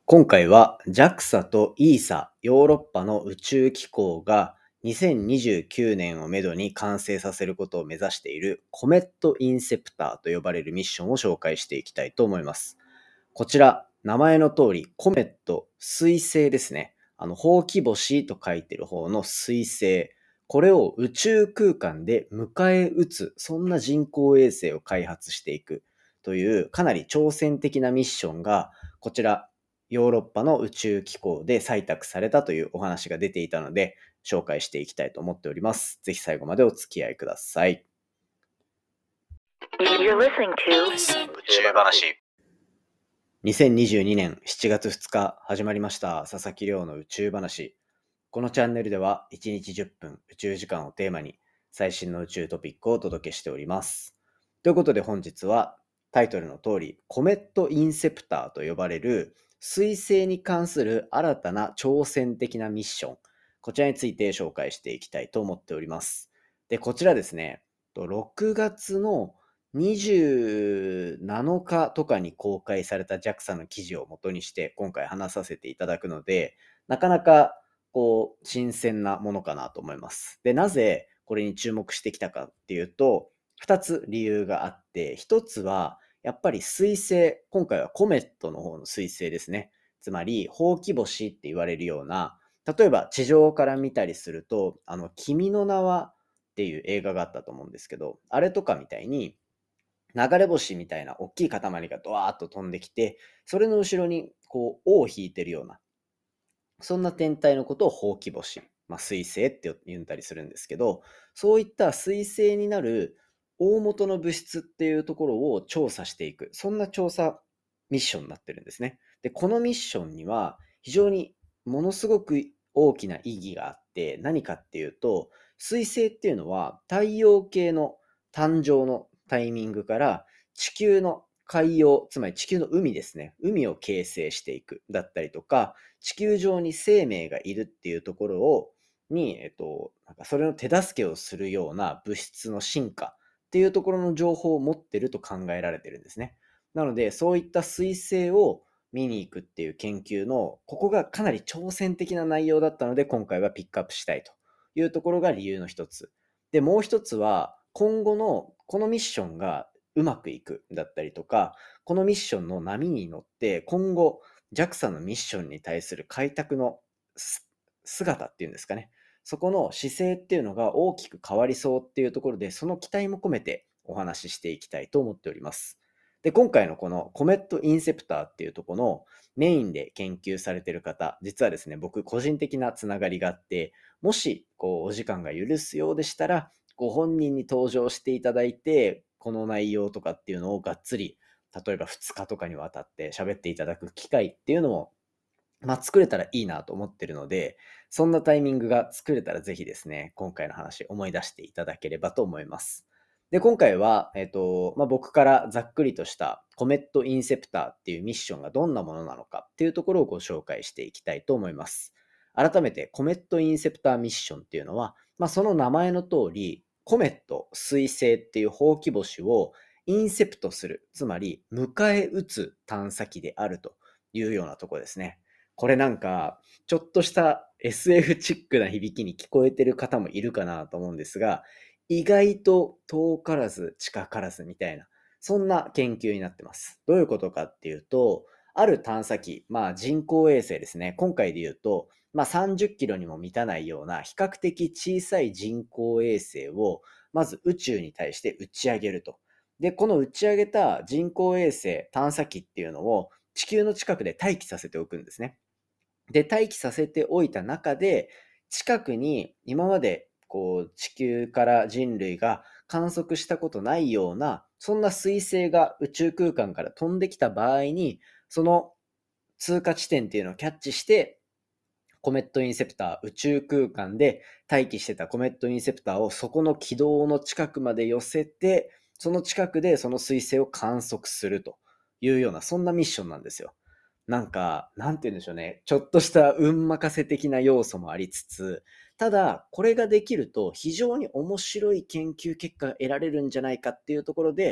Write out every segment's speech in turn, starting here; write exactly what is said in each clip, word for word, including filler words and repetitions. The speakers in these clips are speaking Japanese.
今回は ジャクサ と イーサ、ヨーロッパの宇宙機構がにせんにじゅうきゅうねんをめどに完成させることを目指しているコメットインセプターと呼ばれるミッションを紹介していきたいと思います。こちら、名前の通りコメット、彗星ですね。あの、ほうき星と書いてる方の彗星。これを宇宙空間で迎え撃つ、そんな人工衛星を開発していくというかなり挑戦的なミッションが、こちら、ヨーロッパの宇宙機構で採択されたというお話が出ていたので、紹介していきたいと思っております。ぜひ最後までお付き合いください。 You're listening to 宇宙話。 にせんにじゅうにねんしちがつふつか始まりました佐々木亮の宇宙話。このチャンネルではいちにちじゅっぷん宇宙時間をテーマに最新の宇宙トピックをお届けしております。ということで本日はタイトルの通りコメットインセプターと呼ばれる彗星に関する新たな挑戦的なミッション、こちらについて紹介していきたいと思っております。で、こちらですね、ろくがつのにじゅうなのかとかに公開された ジャクサ の記事を元にして今回話させていただくので、なかなかこう新鮮なものかなと思います。で、なぜこれに注目してきたかっていうと、ふたつ理由があって、ひとつはやっぱり彗星、今回はコメットの方の彗星ですね。つまり、ほうき星って言われるような、例えば地上から見たりすると、あの、君の名はっていう映画があったと思うんですけど、あれとかみたいに、流れ星みたいな大きい塊がドワーッと飛んできて、それの後ろにこう尾を引いてるような、そんな天体のことをほうき星、まあ、彗星って言ったりするんですけど、そういった彗星になる大元の物質っていうところを調査していく、そんな調査ミッションになってるんですね。で、このミッションには非常にものすごく大きな意義があって、何かっていうと、彗星っていうのは太陽系の誕生のタイミングから地球の海洋、つまり地球の海ですね。海を形成していくだったりとか、地球上に生命がいるっていうところを、に、えっと、なんかそれの手助けをするような物質の進化っていうところの情報を持ってると考えられてるんですね。なので、そういった彗星を見に行くっていう研究の、ここがかなり挑戦的な内容だったので、今回はピックアップしたいというところが理由の一つ。で、もう一つは、今後のこのミッションがうまくいくだったりとか、このミッションの波に乗って、今後、ジャクサ のミッションに対する開拓の姿っていうんですかね。そこの姿勢っていうのが大きく変わりそうっていうところで、その期待も込めてお話ししていきたいと思っております。で、今回のこのコメットインセプターっていうところのメインで研究されている方、実はですね、僕個人的なつながりがあって、もしこうお時間が許すようでしたら、ご本人に登場していただいて、この内容とかっていうのをがっつり、例えばふつかとかにわたって喋っていただく機会っていうのも、まあ、作れたらいいなと思ってるので、そんなタイミングが作れたらぜひですね、今回の話思い出していただければと思います。で、今回は、えっと、まあ、僕からざっくりとしたコメットインセプターっていうミッションがどんなものなのかっていうところをご紹介していきたいと思います。改めてコメットインセプターミッションっていうのは、まあ、その名前の通り、コメット、彗星っていうほうき星をインセプトする、つまり迎え撃つ探査機であるというようなところですね。これなんか、ちょっとした エスエフ チックな響きに聞こえてる方もいるかなと思うんですが、意外と遠からず近からずみたいな、そんな研究になってます。どういうことかっていうと、ある探査機、まあ人工衛星ですね。今回で言うと、まあさんじゅっキロにも満たないような比較的小さい人工衛星を、まず宇宙に対して打ち上げると。で、この打ち上げた人工衛星探査機っていうのを地球の近くで待機させておくんですね。で、待機させておいた中で、近くに今までこう地球から人類が観測したことないような、そんな彗星が宇宙空間から飛んできた場合に、その通過地点っていうのをキャッチして、コメットインセプター、宇宙空間で待機してたコメットインセプターをそこの軌道の近くまで寄せて、その近くでその彗星を観測するというような、そんなミッションなんですよ。なんか、なんて言うんでしょうね。ちょっとした運任せ的な要素もありつつ、ただ、これができると非常に面白い研究結果が得られるんじゃないかっていうところで、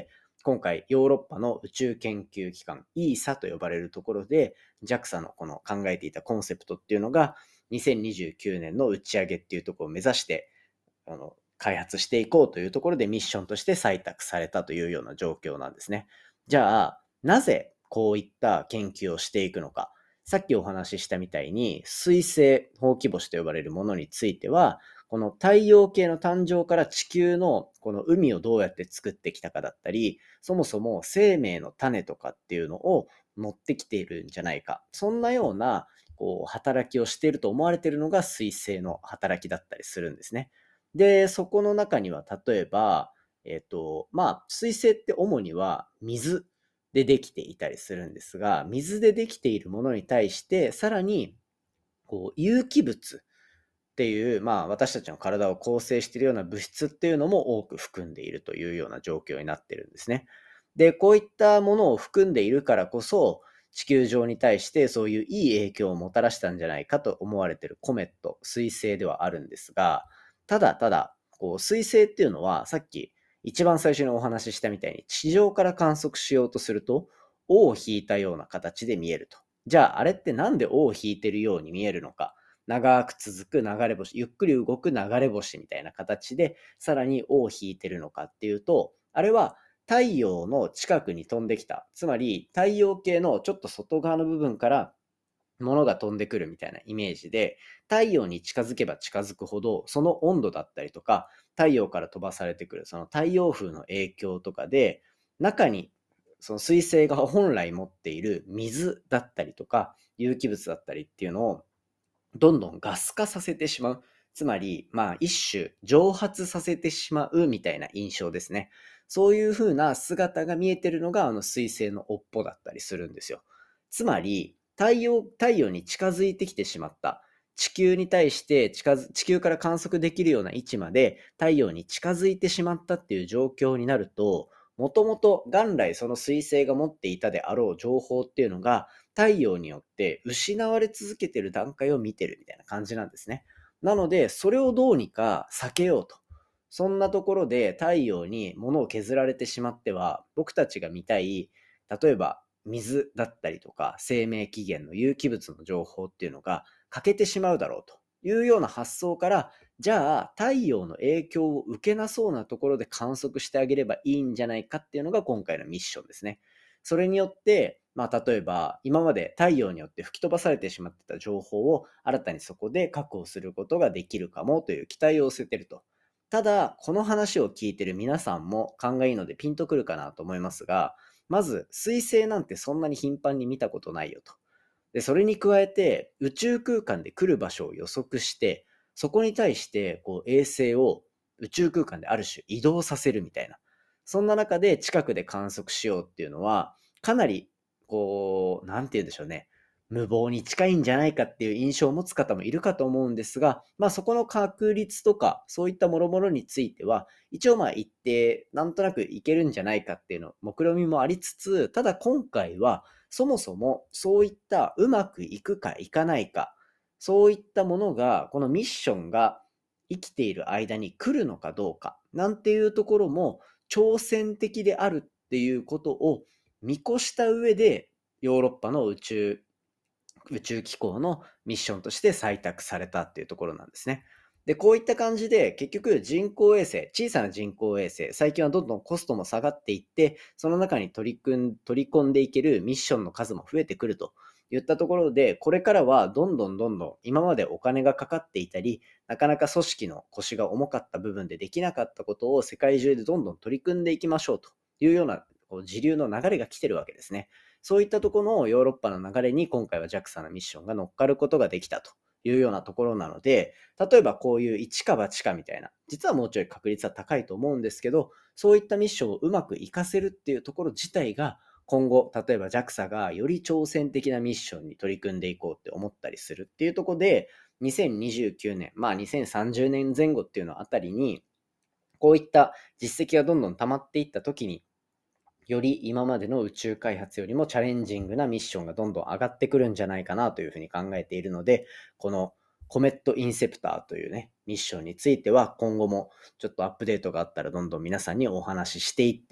今回ヨーロッパの宇宙研究機関 イーサ と呼ばれるところで ジャクサ のこの考えていたコンセプトっていうのがにせんにじゅうきゅうねんの打ち上げっていうところを目指してあの開発していこうというところでミッションとして採択されたというような状況なんですね。じゃあ、なぜこういった研究をしていくのか。さっきお話ししたみたいに、水星、ほうき星と呼ばれるものについては、この太陽系の誕生から地球のこの海をどうやって作ってきたかだったり、そもそも生命の種とかっていうのを持ってきているんじゃないか。そんなようなこう働きをしていると思われているのが水星の働きだったりするんですね。で、そこの中には例えば、えっと、まあ、水星って主には水でできていたりするんですが、水でできているものに対して、さらに、こう、有機物っていう、まあ、私たちの体を構成しているような物質っていうのも多く含んでいるというような状況になってるんですね。で、こういったものを含んでいるからこそ、地球上に対してそういういい影響をもたらしたんじゃないかと思われているコメット、彗星ではあるんですが、ただただ、こう、彗星っていうのは、さっき一番最初にお話ししたみたいに、地上から観測しようとすると、尾を引いたような形で見えると。じゃあ、あれってなんで尾を引いてるように見えるのか。長く続く流れ星、ゆっくり動く流れ星みたいな形で、さらに尾を引いてるのかっていうと、あれは太陽の近くに飛んできた。つまり、太陽系のちょっと外側の部分から物が飛んでくるみたいなイメージで、太陽に近づけば近づくほど、その温度だったりとか、太陽から飛ばされてくる、その太陽風の影響とかで、中に、その水星が本来持っている水だったりとか、有機物だったりっていうのを、どんどんガス化させてしまう。つまり、まあ一種蒸発させてしまうみたいな印象ですね。そういう風な姿が見えてるのがあの水星の尾っぽだったりするんですよ。つまり、太陽、太陽に近づいてきてしまった。地球に対して近づ、地球から観測できるような位置まで太陽に近づいてしまったっていう状況になると、もともと元来その水星が持っていたであろう情報っていうのが太陽によって失われ続けている段階を見てるみたいな感じなんですね。なので、それをどうにか避けようと。そんなところで太陽に物を削られてしまっては、僕たちが見たい、例えば水だったりとか生命起源の有機物の情報っていうのが欠けてしまうだろうというような発想から、じゃあ太陽の影響を受けなそうなところで観測してあげればいいんじゃないかっていうのが今回のミッションですね。それによって、まあ、例えば今まで太陽によって吹き飛ばされてしまってた情報を新たにそこで確保することができるかもという期待を寄せてると。ただ、この話を聞いてる皆さんも勘がいいのでピンとくるかなと思いますが、まず、彗星なんてそんなに頻繁に見たことないよと。で、それに加えて、宇宙空間で来る場所を予測して、そこに対して、こう、衛星を宇宙空間である種移動させるみたいな。そんな中で近くで観測しようっていうのは、かなり、こう、なんて言うんでしょうね。無謀に近いんじゃないかっていう印象を持つ方もいるかと思うんですが、まあそこの確率とか、そういったもろもろについては、一応まあ一定、なんとなくいけるんじゃないかっていうの、目論見みもありつつ、ただ今回は、そもそもそういったうまくいくかいかないか、そういったものが、このミッションが生きている間に来るのかどうか、なんていうところも挑戦的であるっていうことを見越した上で、ヨーロッパの宇宙、宇宙機構のミッションとして採択されたっていうところなんですね。で、こういった感じで、結局人工衛星、小さな人工衛星、最近はどんどんコストも下がっていって、その中に取り組ん取り込んでいけるミッションの数も増えてくるといったところで、これからはどんどんどんどん今までお金がかかっていたり、なかなか組織の腰が重かった部分でできなかったことを世界中でどんどん取り組んでいきましょうというようなこう時流の流れが来てるわけですね。そういったところのヨーロッパの流れに今回は ジャクサ のミッションが乗っかることができたというようなところなので、例えばこういう一か八かみたいな、実はもうちょい確率は高いと思うんですけど、そういったミッションをうまく活かせるっていうところ自体が、今後、例えば ジャクサ がより挑戦的なミッションに取り組んでいこうって思ったりするっていうところで、にせんにじゅうきゅうねん、まあにせんさんじゅうねんぜん後っていうのあたりに、こういった実績がどんどん溜まっていった時に、より今までの宇宙開発よりもチャレンジングなミッションがどんどん上がってくるんじゃないかなというふうに考えているので、このコメットインセプターというね、ミッションについては今後もちょっとアップデートがあったらどんどん皆さんにお話ししていって、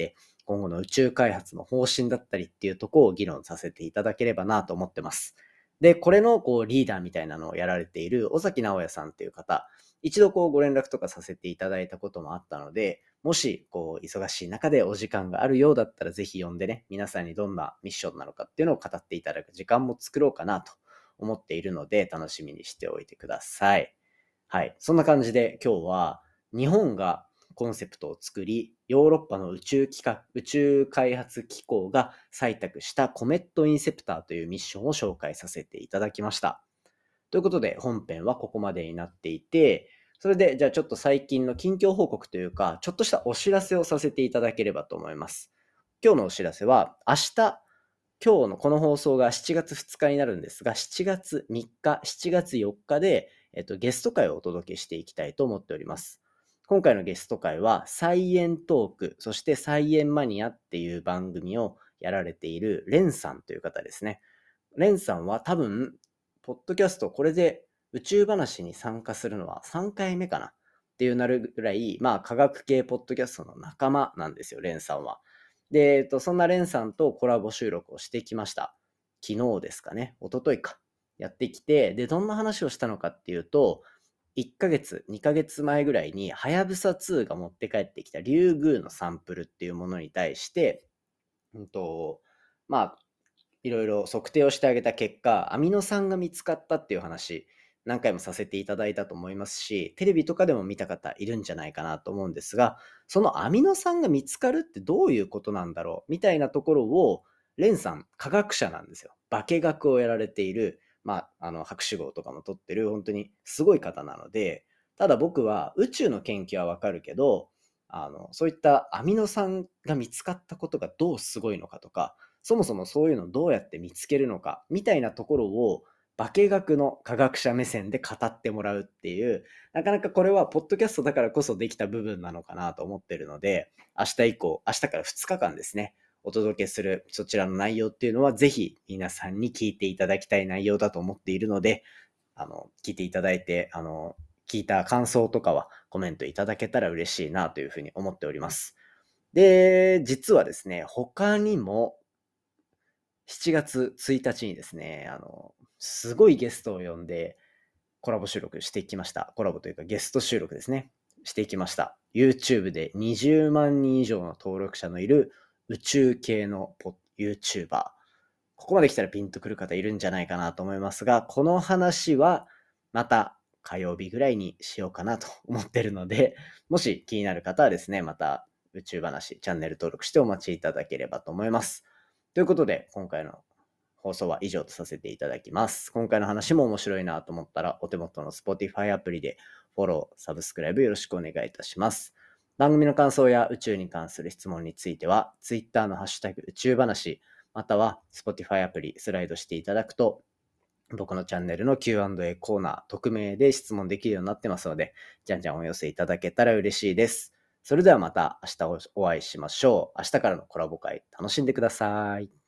今後の宇宙開発の方針だったりっていうところを議論させていただければなと思ってます。で、これのこうリーダーみたいなのをやられている尾崎直也さんっていう方、一度こうご連絡とかさせていただいたこともあったので、もしこう忙しい中でお時間があるようだったらぜひ呼んでね、皆さんにどんなミッションなのかっていうのを語っていただく時間も作ろうかなと思っているので、楽しみにしておいてください。はい。そんな感じで今日は日本がコンセプトを作り、ヨーロッパの宇宙企画、宇宙開発機構が採択したコメットインセプターというミッションを紹介させていただきました。ということで本編はここまでになっていて、それでじゃあちょっと最近の近況報告というか、ちょっとしたお知らせをさせていただければと思います。今日のお知らせは明日、今日のこの放送がしちがつふつかになるんですが、しちがつみっか、しちがつよっかで、えっと、ゲスト会をお届けしていきたいと思っております。今回のゲスト会は、サイエントーク、そしてサイエンマニアっていう番組をやられているレンさんという方ですね。レンさんは多分、ポッドキャスト、これで宇宙話に参加するのはさんかいめかなっていうなるぐらい、まあ、科学系ポッドキャストの仲間なんですよ、レンさんは。で、えっと、そんなレンさんとコラボ収録をしてきました。昨日ですかね、一昨日か。やってきて、で、どんな話をしたのかっていうと、いっかげつ、にかげつまえぐらいに、はやぶさツーが持って帰ってきたリュウグウのサンプルっていうものに対して、うんと、まあ、いろいろ測定をしてあげた結果、アミノ酸が見つかったっていう話、何回もさせていただいたと思いますし、テレビとかでも見た方いるんじゃないかなと思うんですが、そのアミノ酸が見つかるってどういうことなんだろうみたいなところを、レンさん、科学者なんですよ。化学をやられている、まあ、あの、博士号とかも取ってる、本当にすごい方なので、ただ僕は宇宙の研究はわかるけど、あの、そういったアミノ酸が見つかったことがどうすごいのかとか、そもそもそういうのをどうやって見つけるのかみたいなところを化学の科学者目線で語ってもらうっていう、なかなかこれはポッドキャストだからこそできた部分なのかなと思ってるので、明日以降、明日からふつかかんですね、お届けするそちらの内容っていうのはぜひ皆さんに聞いていただきたい内容だと思っているので、あの、聞いていただいて、あの、聞いた感想とかはコメントいただけたら嬉しいなというふうに思っております。で、実はですね、他にもしちがつついたちにですね、あの、すごいゲストを呼んでコラボ収録していきました。コラボというかゲスト収録ですね。していきました。YouTube でにじゅうまんにん以上の登録者のいる宇宙系の YouTuber。ここまで来たらピンとくる方いるんじゃないかなと思いますが、この話はまた火曜日ぐらいにしようかなと思ってるので、もし気になる方はですね、また宇宙話、チャンネル登録してお待ちいただければと思います。ということで、今回の放送は以上とさせていただきます。今回の話も面白いなと思ったら、お手元の Spotify アプリでフォロー、サブスクライブよろしくお願いいたします。番組の感想や宇宙に関する質問については、Twitter のハッシュタグ宇宙話、または Spotify アプリスライドしていただくと、僕のチャンネルの キューアンドエー コーナー、匿名で質問できるようになってますので、じゃんじゃんお寄せいただけたら嬉しいです。それではまた明日お会いしましょう。明日からのコラボ会楽しんでください。